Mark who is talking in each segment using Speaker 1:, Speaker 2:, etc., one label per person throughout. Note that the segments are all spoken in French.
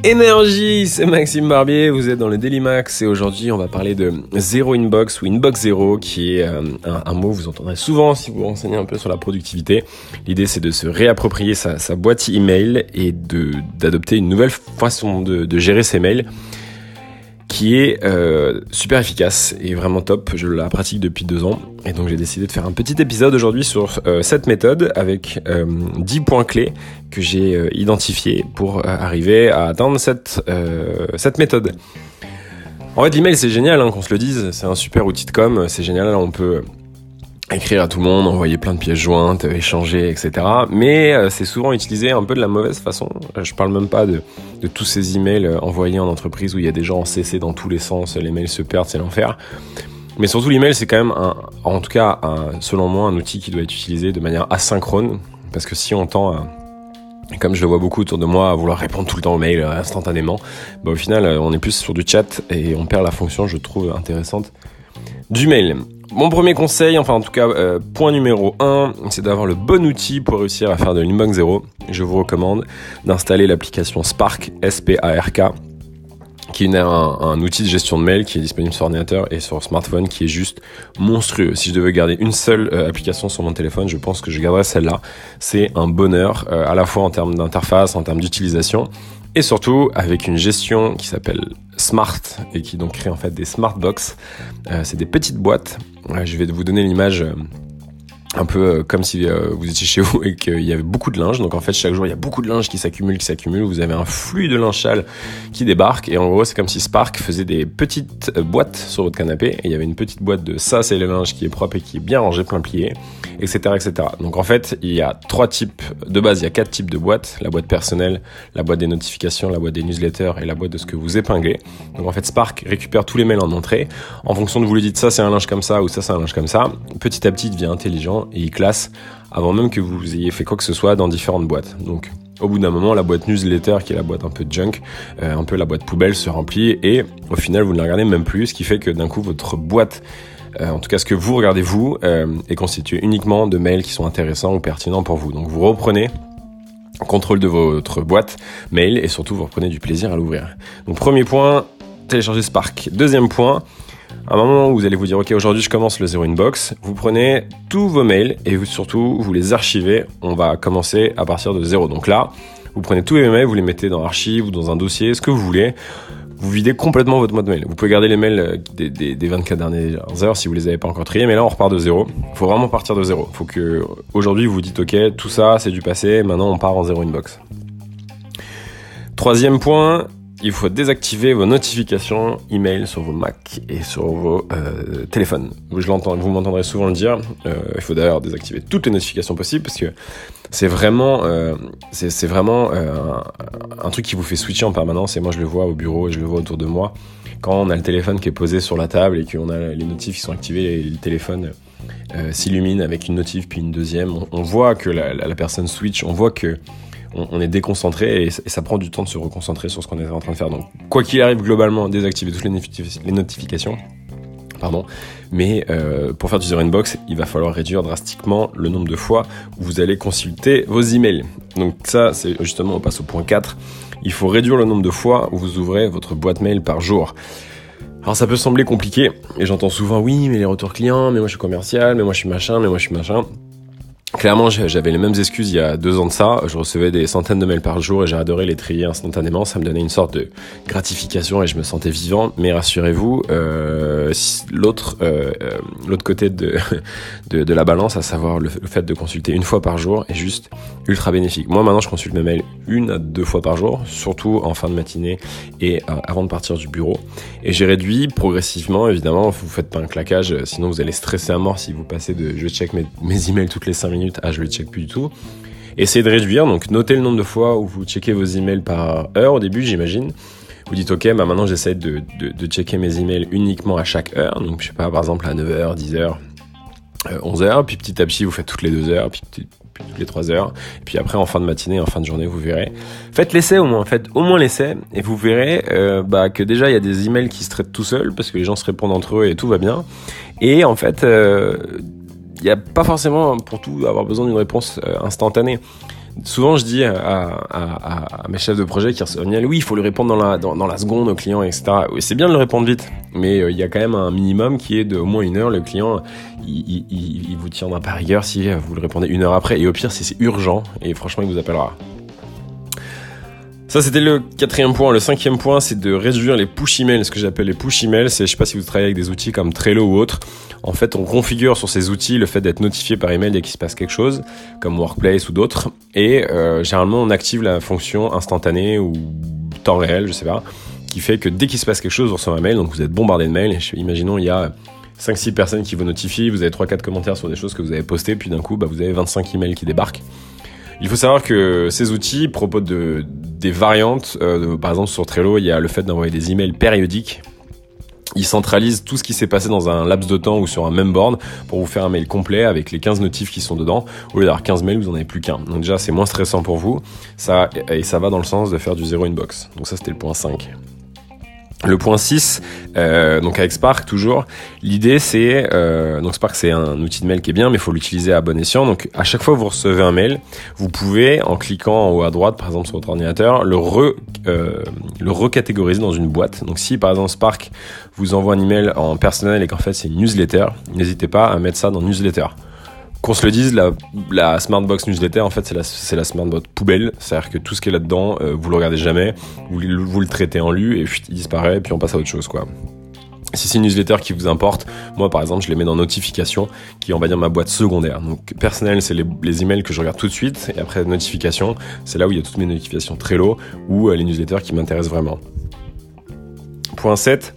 Speaker 1: Énergie, c'est Maxime Barbier, vous êtes dans le Daily Max et aujourd'hui on va parler de Zero Inbox ou Inbox Zero qui est un mot que vous entendrez souvent si vous vous renseignez un peu sur la productivité. L'idée c'est de se réapproprier sa boîte email et d'adopter une nouvelle façon de gérer ses mails qui est super efficace et vraiment top. Je la pratique depuis 2 ans et donc j'ai décidé de faire un petit épisode aujourd'hui sur cette méthode avec 10 points clés que j'ai identifiés pour arriver à atteindre cette méthode. En fait, l'email c'est génial, qu'on se le dise, c'est un super outil de com, c'est génial, on peut écrire à tout le monde, envoyer plein de pièces jointes, échanger, etc. Mais c'est souvent utilisé un peu de la mauvaise façon. Je parle même pas de tous ces emails envoyés en entreprise où il y a des gens en CC dans tous les sens, les mails se perdent, c'est l'enfer. Mais surtout l'email c'est quand même en tout cas selon moi un outil qui doit être utilisé de manière asynchrone, parce que si on tend comme je le vois beaucoup autour de moi, à vouloir répondre tout le temps aux mails instantanément, au final on est plus sur du chat et on perd la fonction, je trouve, intéressante du mail. Mon premier conseil, enfin en tout cas point numéro 1, c'est d'avoir le bon outil pour réussir à faire de l'inbox zéro. Je vous recommande d'installer l'application Spark, S-P-A-R-K, qui est un outil de gestion de mail qui est disponible sur ordinateur et sur smartphone, qui est juste monstrueux. Si je devais garder une seule application sur mon téléphone, je pense que je garderais celle-là. C'est un bonheur, à la fois en termes d'interface, en termes d'utilisation, et surtout avec une gestion qui s'appelle Smart et qui donc crée en fait des Smart Box. C'est des petites boîtes. Je vais vous donner l'image un peu comme si vous étiez chez vous et qu'il y avait beaucoup de linge. Donc en fait chaque jour il y a beaucoup de linge qui s'accumule. Vous avez un flux de linge sale qui débarque et en gros c'est comme si Spark faisait des petites boîtes sur votre canapé et il y avait une petite boîte de ça c'est le linge qui est propre et qui est bien rangé, plein plié, etc. Donc en fait il y a 3 types de base, il y a 4 types de boîtes: la boîte personnelle, la boîte des notifications, la boîte des newsletters et la boîte de ce que vous épinglez. Donc en fait Spark récupère tous les mails en entrée en fonction de vous lui dites ça c'est un linge comme ça ou ça c'est un linge comme ça. Petit à petit il devient intelligent et il classe avant même que vous ayez fait quoi que ce soit dans différentes boîtes. Donc au bout d'un moment la boîte newsletter, qui est la boîte un peu junk, un peu la boîte poubelle, se remplit et au final vous ne la regardez même plus, ce qui fait que d'un coup votre boîte, en tout cas ce que vous regardez vous, est constitué uniquement de mails qui sont intéressants ou pertinents pour vous. Donc vous reprenez contrôle de votre boîte mail et surtout vous reprenez du plaisir à l'ouvrir. Donc premier point, télécharger Spark. Deuxième point, à un moment où vous allez vous dire ok, aujourd'hui je commence le Zero Inbox, vous prenez tous vos mails et surtout vous les archivez. On va commencer à partir de 0. Donc là vous prenez tous les mails, vous les mettez dans archive ou dans un dossier, ce que vous voulez. Vous videz complètement votre boîte mail. Vous pouvez garder les mails des 24 dernières heures si vous les avez pas encore triés, mais là on repart de 0. Il faut vraiment partir de 0. Il faut que aujourd'hui vous dites ok, tout ça c'est du passé, maintenant on part en Zero Inbox. Troisième point, il faut désactiver vos notifications email sur vos Mac et sur vos téléphones. Vous m'entendrez souvent le dire. Il faut d'ailleurs désactiver toutes les notifications possibles parce que c'est vraiment un truc qui vous fait switcher en permanence. Et moi je le vois au bureau et je le vois autour de moi. Quand on a le téléphone qui est posé sur la table et qu'on a les notifs qui sont activés et le téléphone s'illumine avec une notif puis une deuxième, on voit que la personne switch, on voit que on est déconcentré et ça prend du temps de se reconcentrer sur ce qu'on est en train de faire. Donc quoi qu'il arrive, globalement désactiver toutes les notifications. Mais pour faire du Zero Inbox, il va falloir réduire drastiquement le nombre de fois où vous allez consulter vos emails. Donc ça, c'est justement, on passe au point 4. Il faut réduire le nombre de fois où vous ouvrez votre boîte mail par jour. Alors ça peut sembler compliqué, et j'entends souvent oui, mais les retours clients, mais moi je suis commercial, mais moi je suis machin. Clairement, j'avais les mêmes excuses il y a 2 ans de ça. Je recevais des centaines de mails par jour et j'ai adoré les trier instantanément. Ça me donnait une sorte de gratification et je me sentais vivant. Mais rassurez-vous, l'autre côté de la balance, à savoir le fait de consulter une fois par jour, est juste ultra bénéfique. Moi, maintenant, je consulte mes mails 1 à 2 fois par jour, surtout en fin de matinée et avant de partir du bureau. Et j'ai réduit progressivement, évidemment. Vous faites pas un claquage, sinon vous allez stresser à mort si vous passez de je check mes emails toutes les 5 minutes à je les check plus du tout. Essayez de réduire, donc notez le nombre de fois où vous checkez vos emails par heure au début, j'imagine. Vous dites ok, maintenant j'essaie de checker mes emails uniquement à chaque heure, donc je sais pas, par exemple à 9h, 10h, 11h, puis petit à petit vous faites toutes les 2 heures, puis toutes les 3 heures, et puis après en fin de matinée, en fin de journée, vous verrez. Faites l'essai au moins l'essai, et vous verrez que déjà il y a des emails qui se traitent tout seuls, parce que les gens se répondent entre eux et tout va bien, et en fait il n'y a pas forcément pour tout avoir besoin d'une réponse instantanée. souvent je dis à mes chefs de projet qui reçoivent un email, oui, il faut lui répondre dans la seconde au client, etc. Oui, c'est bien de le répondre vite, mais il y a quand même un minimum qui est de au moins 1 heure. Le client, il vous tiendra par rigueur si vous le répondez 1 heure après, et au pire si c'est urgent, et franchement il vous appellera. Ça, c'était le 4e point. Le 5e point, c'est de réduire les push emails. Ce que j'appelle les push emails, c'est, je sais pas si vous travaillez avec des outils comme Trello ou autres. En fait, on configure sur ces outils le fait d'être notifié par email dès qu'il se passe quelque chose, comme Workplace ou d'autres. Et généralement, on active la fonction instantanée ou temps réel, je sais pas, qui fait que dès qu'il se passe quelque chose, vous recevez un mail. Donc, vous êtes bombardé de mails. Et imaginons, il y a 5-6 personnes qui vous notifient. Vous avez 3-4 commentaires sur des choses que vous avez postées. Puis d'un coup, vous avez 25 emails qui débarquent. Il faut savoir que ces outils proposent des variantes. Par exemple, sur Trello, il y a le fait d'envoyer des emails périodiques. Ils centralisent tout ce qui s'est passé dans un laps de temps ou sur un même board pour vous faire un mail complet avec les 15 notifs qui sont dedans. Au lieu d'avoir 15 mails, vous en avez plus qu'un. Donc déjà, c'est moins stressant pour vous. Et ça va dans le sens de faire du zero inbox. Donc ça, c'était le point 5. Le point 6, donc avec Spark toujours, l'idée c'est, donc Spark c'est un outil de mail qui est bien, mais il faut l'utiliser à bon escient. Donc à chaque fois que vous recevez un mail, vous pouvez, en cliquant en haut à droite, par exemple sur votre ordinateur, le recatégoriser dans une boîte. Donc si par exemple Spark vous envoie un email en personnel et qu'en fait c'est une newsletter, n'hésitez pas à mettre ça dans newsletter. Qu'on se le dise, la Smartbox Newsletter, en fait, c'est la Smartbox poubelle. C'est-à-dire que tout ce qui est là-dedans, vous le regardez jamais, vous le traitez en lu, et puis il disparaît, puis on passe à autre chose, quoi. Si c'est une newsletter qui vous importe, moi, par exemple, je les mets dans notification, qui est, on va dire, ma boîte secondaire. Donc, personnel, c'est les emails que je regarde tout de suite, et après, notification, c'est là où il y a toutes mes notifications Trello, ou les newsletters qui m'intéressent vraiment. Point 7.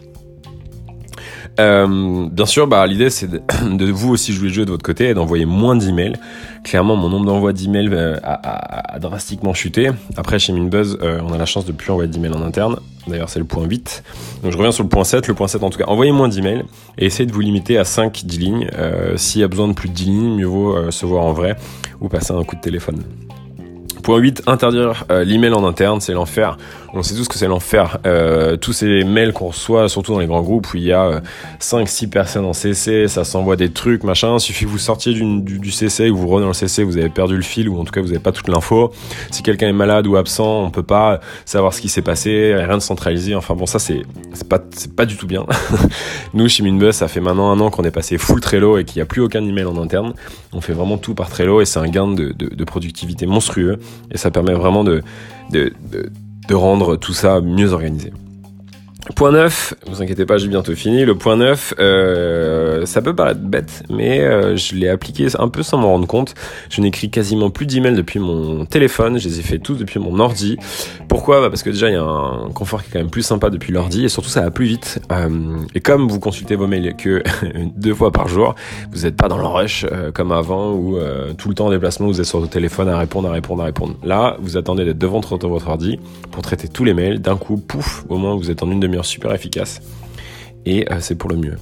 Speaker 1: Bien sûr, l'idée c'est de vous aussi jouer le jeu de votre côté et d'envoyer moins d'emails. Clairement, mon nombre d'envois d'emails a drastiquement chuté. Après, chez Minbuzz, on a la chance de plus envoyer d'emails en interne. D'ailleurs, c'est le point 8. Donc, je reviens sur le point 7. Le point 7, en tout cas, envoyez moins d'emails et essayez de vous limiter à 5-10 lignes. S'il y a besoin de plus de 10 lignes, mieux vaut se voir en vrai ou passer un coup de téléphone. Point 8, interdire l'email en interne, c'est l'enfer. On sait tous que c'est l'enfer. Tous ces mails qu'on reçoit, surtout dans les grands groupes où il y a 5-6 personnes en CC, ça s'envoie des trucs, machin. Il suffit que vous sortiez du CC, que vous rentrez dans le CC, vous avez perdu le fil ou en tout cas vous n'avez pas toute l'info. Si quelqu'un est malade ou absent, on peut pas savoir ce qui s'est passé, rien de centralisé. Enfin bon, ça c'est pas du tout bien. Nous chez Minbuzz, ça fait maintenant 1 an qu'on est passé full Trello et qu'il n'y a plus aucun email en interne. On fait vraiment tout par Trello et c'est un gain de productivité monstrueux. Et ça permet vraiment de rendre tout ça mieux organisé. Point 9, vous inquiétez pas, j'ai bientôt fini. Le point 9, ça peut paraître bête, mais je l'ai appliqué un peu sans m'en rendre compte. Je n'écris quasiment plus d'emails depuis mon téléphone, je les ai fait tous depuis mon ordi. Pourquoi ? Parce que déjà, il y a un confort qui est quand même plus sympa depuis l'ordi, et surtout, ça va plus vite. Et comme vous consultez vos mails que 2 fois par jour, vous n'êtes pas dans le rush comme avant, où tout le temps en déplacement, vous êtes sur votre téléphone à répondre. Là, vous attendez d'être devant votre ordi pour traiter tous les mails. D'un coup, pouf, au moins, vous êtes en 1 demi-heure super efficace et c'est pour le mieux.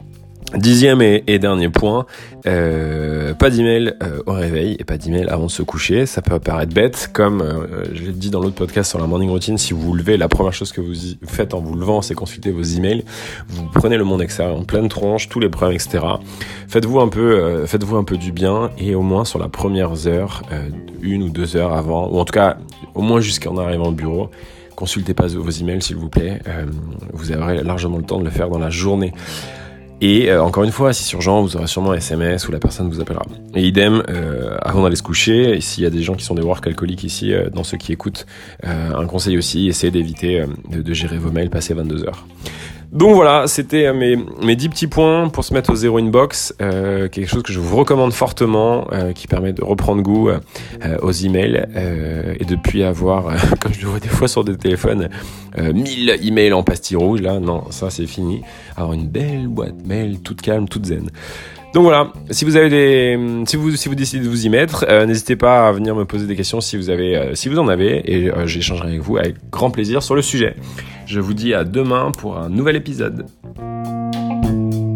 Speaker 1: 10e et dernier point, pas d'email au réveil et pas d'email avant de se coucher. Ça peut paraître bête, comme je l'ai dit dans l'autre podcast sur la morning routine. Si vous vous levez, la première chose que vous faites en vous levant, c'est consulter vos emails. Vous prenez le monde extérieur en pleine tronche, tous les problèmes, etc. Faites-vous un peu du bien, et au moins sur la première heure, 1 ou 2 heures avant, ou en tout cas au moins jusqu'en arrivant au bureau, consultez pas vos emails, s'il vous plaît. Vous aurez largement le temps de le faire dans la journée. Et encore une fois, si c'est urgent, vous aurez sûrement un SMS où la personne vous appellera. Et idem, avant d'aller se coucher, et s'il y a des gens qui sont des workaholics ici, dans ceux qui écoutent, un conseil aussi, essayez d'éviter de gérer vos mails passé 22 heures. Donc voilà, c'était mes 10 petits points pour se mettre au zero inbox, quelque chose que je vous recommande fortement, qui permet de reprendre goût aux emails, et depuis avoir, comme je le vois des fois sur des téléphones, 1000 emails en pastille rouge, là, non, ça c'est fini. Avoir une belle boîte mail, toute calme, toute zen. Donc voilà, si vous décidez de vous y mettre, n'hésitez pas à venir me poser des questions si vous en avez, et j'échangerai avec vous avec grand plaisir sur le sujet. Je vous dis à demain pour un nouvel épisode.